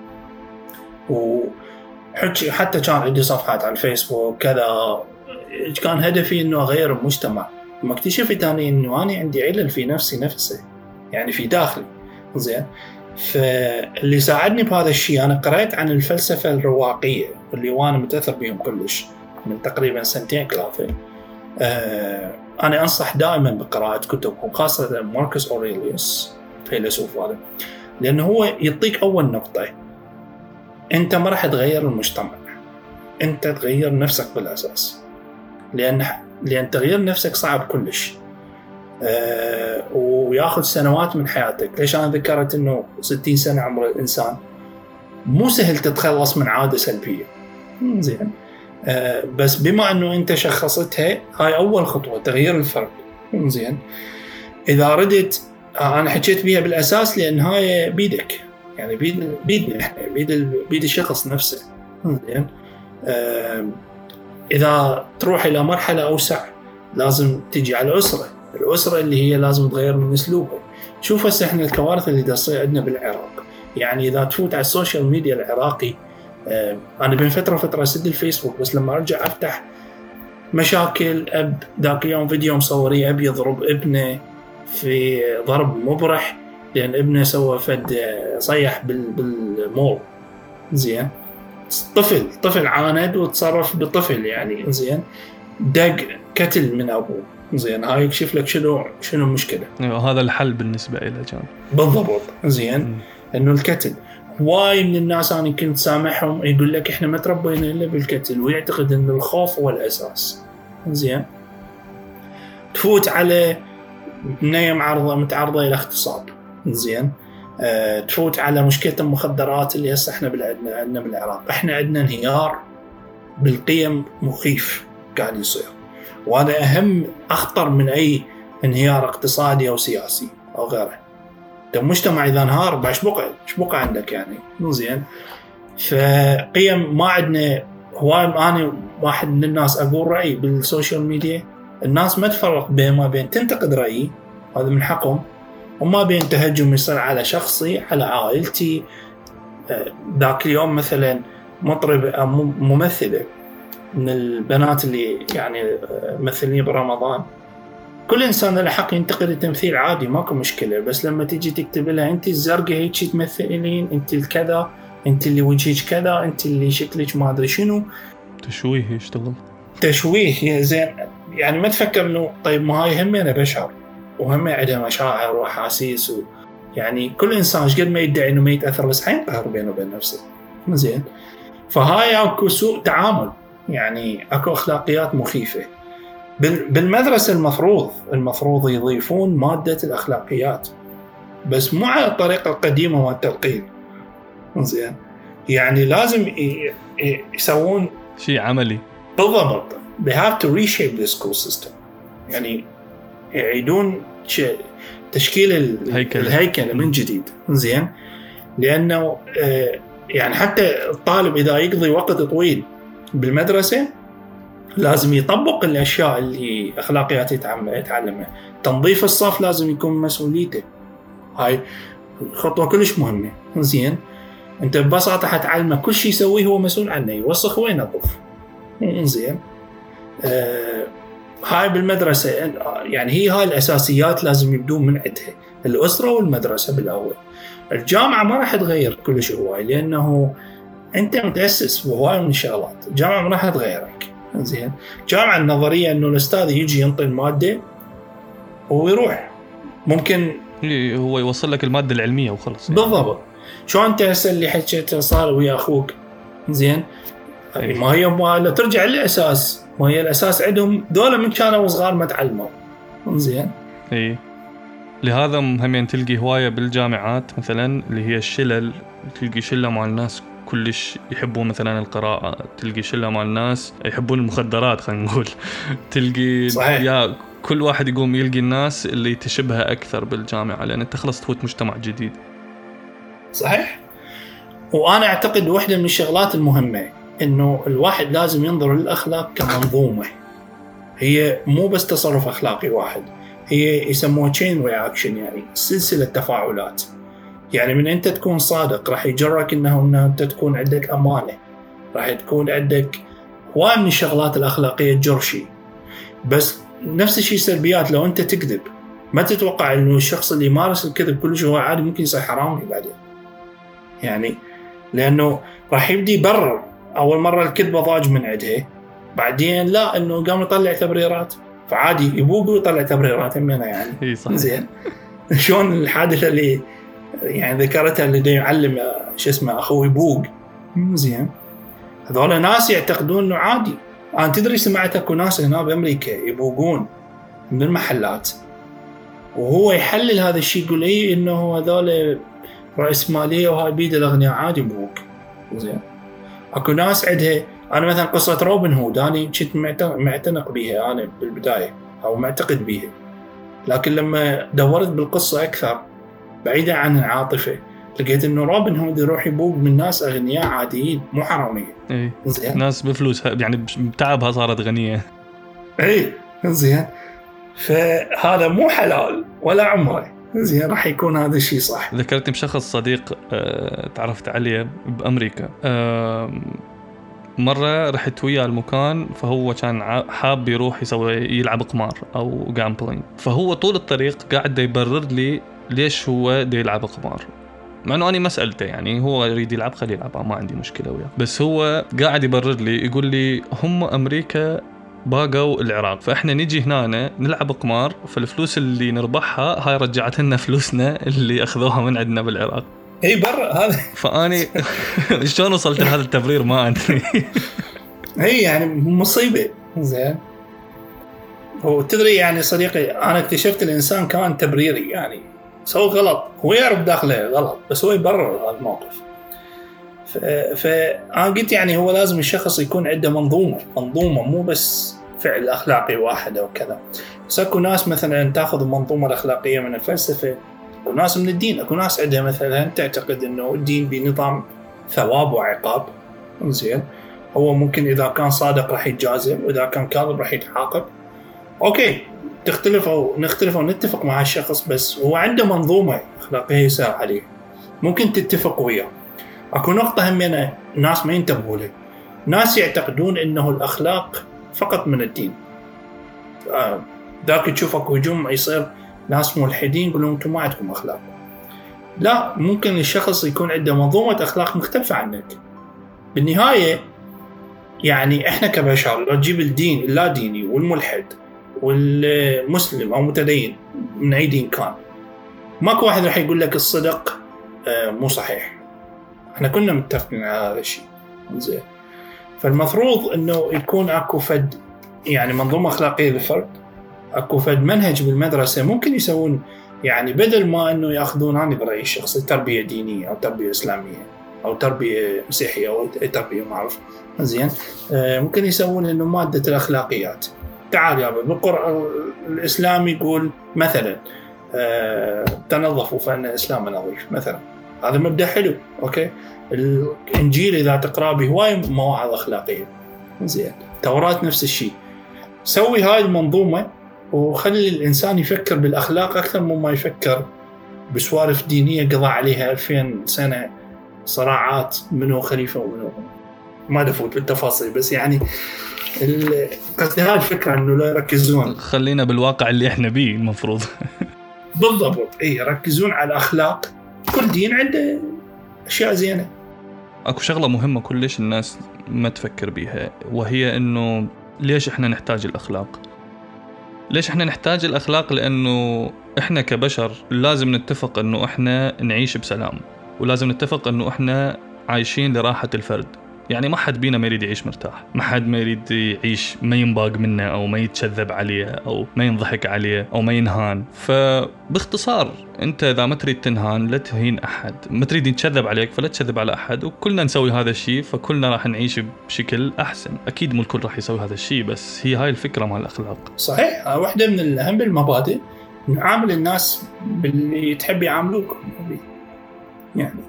وحكي حتى كان عندي صفحات على الفيسبوك كذا، كان هدفي إنه أغير المجتمع. وما اكتشفت أنا إنه أنا عندي علل في نفسي نفسي، يعني في داخلي. زين، فاللي ساعدني بهذا الشيء أنا قرأت عن الفلسفة الرواقية، واللي وأنا متأثر بهم كلش من تقريبا سنتين ثلاثة. آه أنا أنصح دائما بقراءة كتبهم، خاصة ماركوس أوريليوس فيلسوف هذا، لأنه هو يعطيك أول نقطة، أنت ما راح تغير المجتمع، أنت تغير نفسك بالأساس، لأن لأن تغيير نفسك صعب كلش. أه ويأخذ سنوات من حياتك. ليش أنا ذكرت إنه ستين سنة عمر الإنسان؟ مو سهل تتخلص من عادة سلبية. زين، أه بس بما إنه أنت شخصتها، هاي أول خطوة تغيير الفرد. زين، إذا ردت أنا حكيت بيها بالأساس لأن هاي بيدك، يعني بيد بيدنا إحنا، بيد بيد الشخص نفسه. زين، أه إذا تروح إلى مرحلة أوسع لازم تجي على الأسرة. الأسرة اللي هي لازم تغير من أسلوبها. شوف هسه إحنا الكوارث اللي تصير عندنا بالعراق، يعني إذا تفوت على السوشيال ميديا العراقي، آه أنا بين فترة فترة أسد الفيسبوك، بس لما أرجع أفتح مشاكل أب ذاك اليوم فيديو مصوري أب يضرب ابنه في ضرب مبرح لأن ابنه سوى فد صيح بالمول. زين، طفل طفل عاند وتصرف بطفل يعني. زين، دق كتل من أبوه. زين، هاي يكشف لك شنو شنو المشكلة. هذا الحل بالنسبة إلى كان بالضبط. زين، إنه الكتل هواي من الناس أنا كنت سامحهم يقول لك إحنا ما تربينا إلا بالكتل، ويعتقد إنه الخوف هو الأساس. زين، تفوت على بنية معرضة متعرضة إلى اغتصاب. زين، أه، تفوت على مشكلة المخدرات اللي هسه إحنا بالعدنا عندنا بالعراق. إحنا عندنا انهيار بالقيم مخيف قاعد يصير، وهذا أهم أخطر من أي انهيار اقتصادي أو سياسي أو غيره. المجتمع إذا انهار باش بقى إيش بقى عندك يعني. زين، فقيم ما عندنا. هو أنا واحد من الناس أقول رأيي بالسوشيال ميديا، الناس ما تفرق بين ما بين تنتقد رأيي، هذا من حقهم، وما بين تهجم يصير على شخصي على عائلتي. ذاك اليوم مثلا مطرب أو ممثلة من البنات اللي يعني مثلني برمضان، كل إنسان له حق ينتقد التمثيل عادي، ماكو مشكلة، بس لما تيجي تكتب لها أنت الزرقاء هيك تمثلين، أنت الكذا، أنت اللي وجهك كذا، أنت اللي شكلك ما أدري شنو، تشويه يشتغل. تشويه. زين، يعني ما تفكر إنه طيب ما هاي هم أنا بشر، وهم عندها مشاعر وأحاسيس، و يعني كل إنسان قد ما يدعي إنه ما يتأثر بس حينقهر بينه وبين نفسه. زين، فهاي أكو سوء تعامل، يعني أكو أخلاقيات مخيفة. بالمدرسة المفروض المفروض يضيفون مادة الأخلاقيات، بس مو على الطريقة القديمة والتلقين. زين، يعني لازم يسوون شيء عملي. بالضبط. they have to reshape the school system، يعني يعيدون تشكيل الهيكل, الهيكل من جديد. زين، لأنه يعني حتى الطالب إذا يقضي وقت طويل بالمدرسة لازم يطبق الأشياء اللي أخلاقيات يتعلمها. تنظيف الصف لازم يكون مسؤوليته، هاي خطوة كلش مهمة. زين، أنت ببساطة حتعلمه كل شيء يسويه هو مسؤول عنه، يوسخ وينظف. زين، آه هاي بالمدرسة يعني هي هاي الأساسيات لازم يبدون من عندها، الأسرة والمدرسة بالأول. الجامعة ما راح تغير كل شيء هواي، لأنه أنت متأسس وهواي من الشغلات. الجامعة ما راح تغيرك. زين، الجامعة النظرية إنه الأستاذ يجي ينطي المادة ويروح، ممكن هو يوصل لك المادة العلمية وخلص. يعني. بالضبط. شو أنت هسه اللي حكيته صار ويا أخوك؟ زين، ما هي ما ترجع للأساس، ما هي الأساس عندهم دولة من كانوا صغار ما تعلموا. زين، إيه، لهذا مهم تلقي هواية بالجامعات مثلا اللي هي الشلل. تلقي شلة مع الناس كلش يحبون مثلا القراءة، تلقي شلة مع الناس يحبون المخدرات خلينا نقول. تلقي صحيح. يا كل واحد يقوم يلقي الناس اللي تشبهها أكثر بالجامعة، لأن أنت خلص تفوت مجتمع جديد. صحيح. وأنا أعتقد واحدة من الشغلات المهمة إنه الواحد لازم ينظر للأخلاق كمنظومة، هي مو بس تصرف أخلاقي واحد، هي يسموها chain reaction، يعني سلسلة تفاعلات. يعني من أنت تكون صادق راح يجرك إنه إنه أنت تكون عندك أمانة، راح تكون عندك هواي من الشغلات الأخلاقية تجرشي. بس نفس الشيء سلبيات، لو أنت تكذب ما تتوقع إنه الشخص اللي يمارس الكذب كل شيء عادي، ممكن يصير حرامي بعدين. يعني لأنه راح يبدي يبرر أول مرة الكذبة ضاج من عندها، بعدين لا إنه قام يطلع تبريرات، فعادي يبوق ويطلع تبريرات منها يعني. زين، شلون الحادثة اللي يعني ذكرتها اللي دا يعلم شو اسمه أخوه يبوق. زين، هذول ناس يعتقدون إنه عادي. أنا تدري سمعت أكو ناس هنا بأمريكا يبوقون من المحلات، وهو يحلل هذا الشيء، يقول إيه إنه هذول رأسمالية وهاي بيد الأغنياء عادي يبوق. زين، أكو ناس عندها، أنا مثلا قصة روبن هود أنا كنت معتنق بيها أنا بالبداية أو معتقد بيها، لكن لما دورت بالقصة أكثر بعيدة عن العاطفة لقيت إنه روبن هود يروح يبوق من ناس أغنياء عاديين مو حرامية. إيه، ناس بفلوسها يعني بتعبها صارت غنية. إيه، زين، فهذا مو حلال ولا عمره. زين، راح يكون هذا الشيء صح. ذكرتني بشخص صديق أه تعرفت عليه بأمريكا. أه مرة رحت وياه المكان، فهو كان حاب يروح يسوي يلعب قمار أو جامبلينج، فهو طول الطريق قاعد يبرر لي ليش هو دا يلعب قمار، مع أنه أنا ما سألته، يعني هو يريد يلعب خليه يلعب ما عندي مشكلة وياه، بس هو قاعد يبرر لي يقول لي هم أمريكا باقوا العراق، فإحنا نيجي هنا نلعب قمار، فالفلوس اللي نربحها هاي رجعت لنا فلوسنا اللي أخذوها من عندنا بالعراق. اي برا هذا. فاني شلون وصلت لهذا التبرير ما عندي. هي يعني مصيبه. زين، هو تدري يعني صديقي انا اكتشفت الانسان كان تبريري، يعني سوى غلط هو يعرف داخله غلط بس هو يبرر هذا الموقف. فانا قلت يعني هو لازم الشخص يكون عنده منظومه منظومه مو بس فعل اخلاقي واحد او كذا. بس اكو ناس مثلا تاخذ المنظومه الاخلاقيه من الفلسفه، وناس من الدين. اكو ناس عندها مثلا تعتقد انه الدين بنظام ثواب وعقاب. زين، هو ممكن اذا كان صادق راح يتجازى واذا كان كاذب راح يتعاقب. اوكي، تختلف او نختلف ونتفق مع الشخص، بس هو عنده منظومه اخلاقيه يسار عليه، ممكن تتفق وياه. اكو نقطه همينه ناس ما ينتبهوا له، ناس يعتقدون انه الاخلاق فقط من الدين. ذاك تشوفك هجوم يصير ناس ملحدين يقولون انتم ما عندكم اخلاق. لا، ممكن الشخص يكون عنده منظومه اخلاق مختلفه عنك. بالنهايه يعني احنا كبشر لو تجيب الدين اللا ديني والملحد والمسلم أو متدين من أي دين كان، ماكو واحد راح يقول لك الصدق مو صحيح. احنا كنا متفقين على هذا الشيء زين. فالمفروض انه يكون اكو فد يعني منظومه اخلاقيه للفرد، اكو فد منهج بالمدرسه ممكن يسوون، يعني بدل ما انه ياخذون انا برايي الشخصي تربيه دينيه او تربيه اسلاميه او تربيه مسيحيه او تربيه ما اعرف زين، ممكن يسوون انه ماده الاخلاقيات. تعال يا بالقران الاسلامي يقول مثلا تنظفوا فان الاسلام نظيف مثلا، هذا مبدأ حلو اوكي. الانجيل اذا تقرا به هواي مواعظ اخلاقيه زين، التوراة نفس الشيء. سوي هاي المنظومه وخلي الانسان يفكر بالاخلاق اكثر مما يفكر بسوالف دينيه قضى عليها ألفين سنه صراعات منو خليفه ومنو، ما دفوت بالتفاصيل بس يعني قصدي هاي الفكره انه لا يركزون، خلينا بالواقع اللي احنا بيه المفروض. بالضبط اي، يركزون على الاخلاق. كل دين عنده اشياء زينه. اكو شغله مهمه كلش الناس ما تفكر بيها، وهي انه ليش احنا نحتاج الاخلاق؟ ليش احنا نحتاج الاخلاق؟ لانه احنا كبشر لازم نتفق انه احنا نعيش بسلام، ولازم نتفق انه احنا عايشين لراحه الفرد. يعني ما حد بينا ما يريد يعيش مرتاح، ما حد ما يريد يعيش ما ينباق منه أو ما يتشذب عليه أو ما ينضحك عليه أو ما ينهان. فباختصار أنت إذا ما تريد تنهان لا تهين أحد، ما تريد يتشذب عليك فلا تشذب على أحد، وكلنا نسوي هذا الشيء فكلنا راح نعيش بشكل أحسن. أكيد مو الكل راح يسوي هذا الشيء، بس هي هاي الفكرة مع الأخلاق. صحيح، واحدة من الأهم المبادئ نعامل الناس باللي تحب يعاملوك يعني.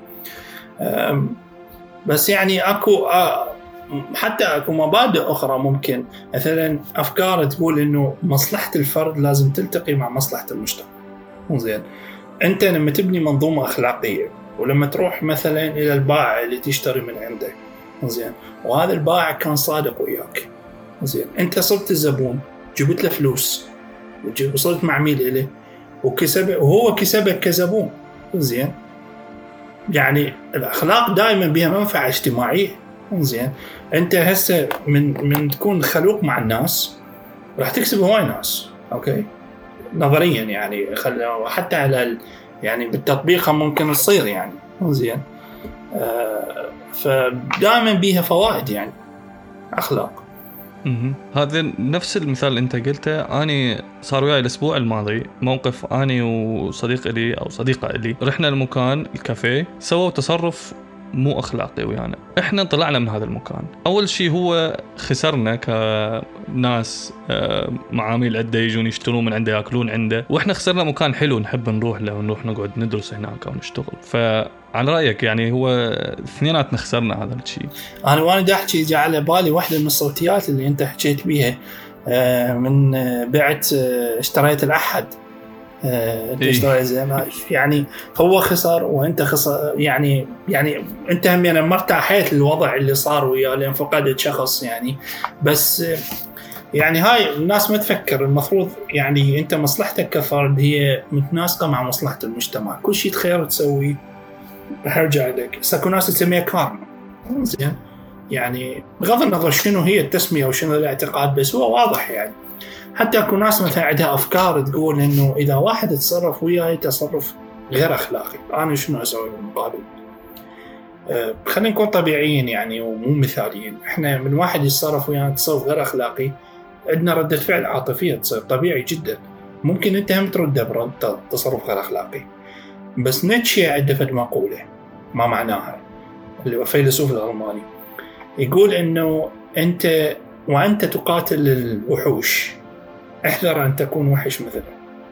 بس يعني أكو حتى أكو مبادئ أخرى ممكن، مثلا أفكار تقول إنه مصلحة الفرد لازم تلتقي مع مصلحة المجتمع. زين، أنت لما تبني منظومة أخلاقية ولما تروح مثلا إلى البائع اللي تشتري من عنده، زين، وهذا البائع كان صادق وياك، زين، أنت صرت الزبون، جبت له فلوس وصلت معميل إليه وكسب وهو كسبك كزبون، زين. يعني الأخلاق دائما بها منفعة اجتماعية. زين، أنت هسه من من تكون خلوق مع الناس راح تكسب هواي ناس، أوكي، نظريا يعني، خل حتى على يعني بالتطبيق ممكن تصير يعني. زين، آه فدائما بها فوائد يعني أخلاق. هذا نفس المثال اللي انت قلته. اني صار وياي الاسبوع الماضي موقف، اني وصديق لي او صديقه لي رحنا المكان الكافيه، سووا تصرف مو اخلاقي ويانا. احنا طلعنا من هذا المكان، اول شيء هو خسرنا كناس معامل عنده يجون يشترون من عنده ياكلون عنده، واحنا خسرنا مكان حلو نحب نروح له ونروح نقعد ندرس هناك او نشتغل. فعلى رايك يعني هو اثنيناتنا خسرنا هذا الشيء. انا وانا دا احكي جاء على بالي واحده من الصوتيات اللي انت حكيت بيها، من بعت اشتريت الاحد، تشتري زين، يعني هو خسر وانت خسر، يعني يعني انت هم يعني ما ارتاحيت للوضع اللي صار وياه لان فقدت شخص يعني. بس يعني هاي الناس ما تفكر، المفروض يعني انت مصلحتك كفرد هي متناسقه مع مصلحه المجتمع. كل شيء تخير تسوي راح يرجع لك. ساكو ناس تسميها كارما، زين، يعني بغض النظر شنو هي التسميه او شنو الاعتقاد، بس هو واضح يعني. حتى اكو ناس مثلا عندها افكار تقول انه اذا واحد تصرف وياي تصرف غير اخلاقي انا شنو اسوي بالمقابل؟ أه خلينا نكون طبيعيين يعني ومو مثاليين. احنا من واحد يتصرف ويانا تصرف غير اخلاقي عندنا ردة فعل عاطفيه تصير طبيعي جدا. ممكن انت هم ترد برد تصرف غير اخلاقي، بس نيتشه عنده فد مقوله ما معناها، اللي هو فيلسوف الالماني يقول انه انت وانت تقاتل الوحوش احذر أن تكون وحش مثله،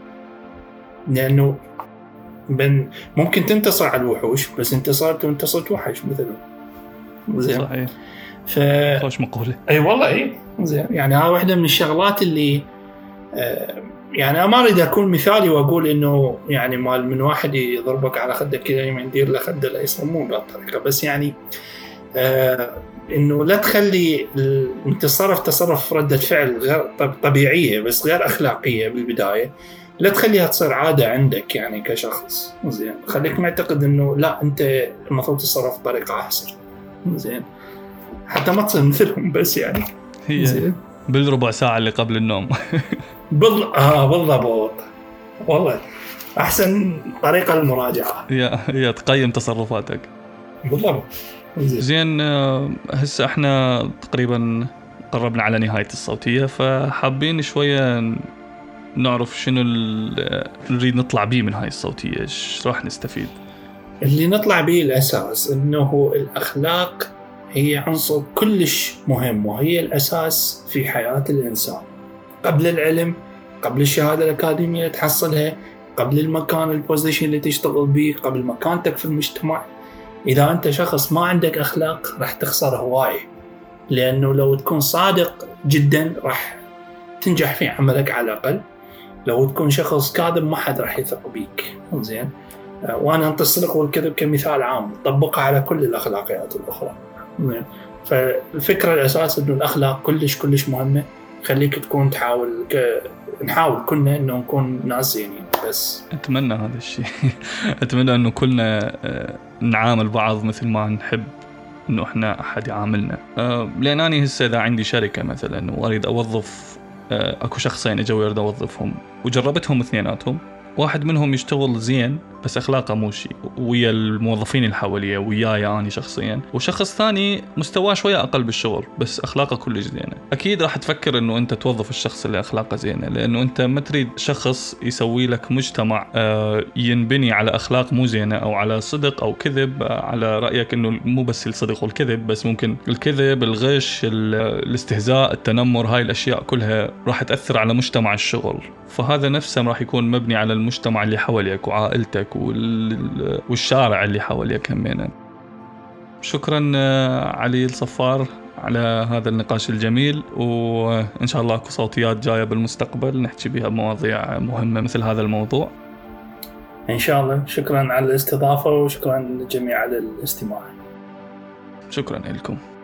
لأنه بن ممكن تنتصر على الوحوش بس انتصرت وانتصرت وحش مثله. زين، صحيح. ف خوش مقولة. أي والله أي زين. يعني هاي واحدة من الشغلات اللي آه يعني أنا ما أريد أكون مثالي وأقول إنه يعني مال من واحد يضربك على خدك كذا يمين دير له خده لا يسمون بهالطريقة، بس يعني آه إنه لا تخلي التصرف تصرف ردة فعل غير طبيعية بس غير أخلاقية بالبداية، لا تخليها تصير عادة عندك يعني كشخص. زين، خليك معتقد إنه لا أنت المفروض تتصرف بطريقة أحسن، زين، حتى ما تصير مثلهم بس يعني. هي زين. بالربع ساعة اللي قبل النوم. بال... آه بالضبط والله أحسن طريقة للمراجعة. يا يا تقيم تصرفاتك. بالضبط. زين، هسه احنا تقريبا قربنا على نهاية الصوتية، فحابين شوية نعرف شنو اللي نريد نطلع بيه من هاي الصوتية، ايش راح نستفيد؟ اللي نطلع بيه الأساس إنه الأخلاق هي عنصر كلش مهم، وهي الأساس في حياة الإنسان، قبل العلم، قبل الشهادة الأكاديمية اللي تحصلها، قبل المكان البوزيشن اللي تشتغل بيه، قبل مكانتك في المجتمع. إذا أنت شخص ما عندك أخلاق راح تخسر هواية، لأنه لو تكون صادق جدا راح تنجح في عملك على الأقل. لو تكون شخص كاذب ما حد راح يثق بيك. زين، وأنا أنت الصدق والكذب كمثال عام طبقها على كل الأخلاقيات الأخرى. فالفكرة الأساس إنه الأخلاق كلش كلش مهمة. خليك تكون تحاول ك... نحاول كلنا إنه نكون ناس زينين. بس أتمنى هذا الشيء. أتمنى إنه كلنا نعامل بعض مثل ما نحب إنه إحنا أحد يعاملنا. لأن أنا هسه إذا عندي شركة مثلا وأريد أوظف أكو شخصين أجوا يريد أوظفهم، وجربتهم اثنيناتهم، واحد منهم يشتغل زين بس أخلاقه مو شيء ويا الموظفين اللي حواليه وياي أنا شخصيا، وشخص ثاني مستواه شوية أقل بالشغل بس أخلاقه كلش زينة. أكيد راح تفكر إنه أنت توظف الشخص اللي أخلاقه زينة، لأنه أنت ما تريد شخص يسوي لك مجتمع ينبني على أخلاق مو زينة أو على صدق أو كذب. على رأيك إنه مو بس الصدق والكذب، بس ممكن الكذب، الغش، الاستهزاء، التنمر، هاي الأشياء كلها راح تأثر على مجتمع الشغل. فهذا نفسه راح يكون مبني على المجتمع اللي حواليك وعائلتك والشارع اللي حواليك همينا. شكرا علي الصفار على هذا النقاش الجميل، وإن شاء الله أكو صوتيات جاية بالمستقبل نحكي بها بمواضيع مهمة مثل هذا الموضوع إن شاء الله. شكرا على الاستضافة وشكرا للجميع على الاستماع. شكرا لكم.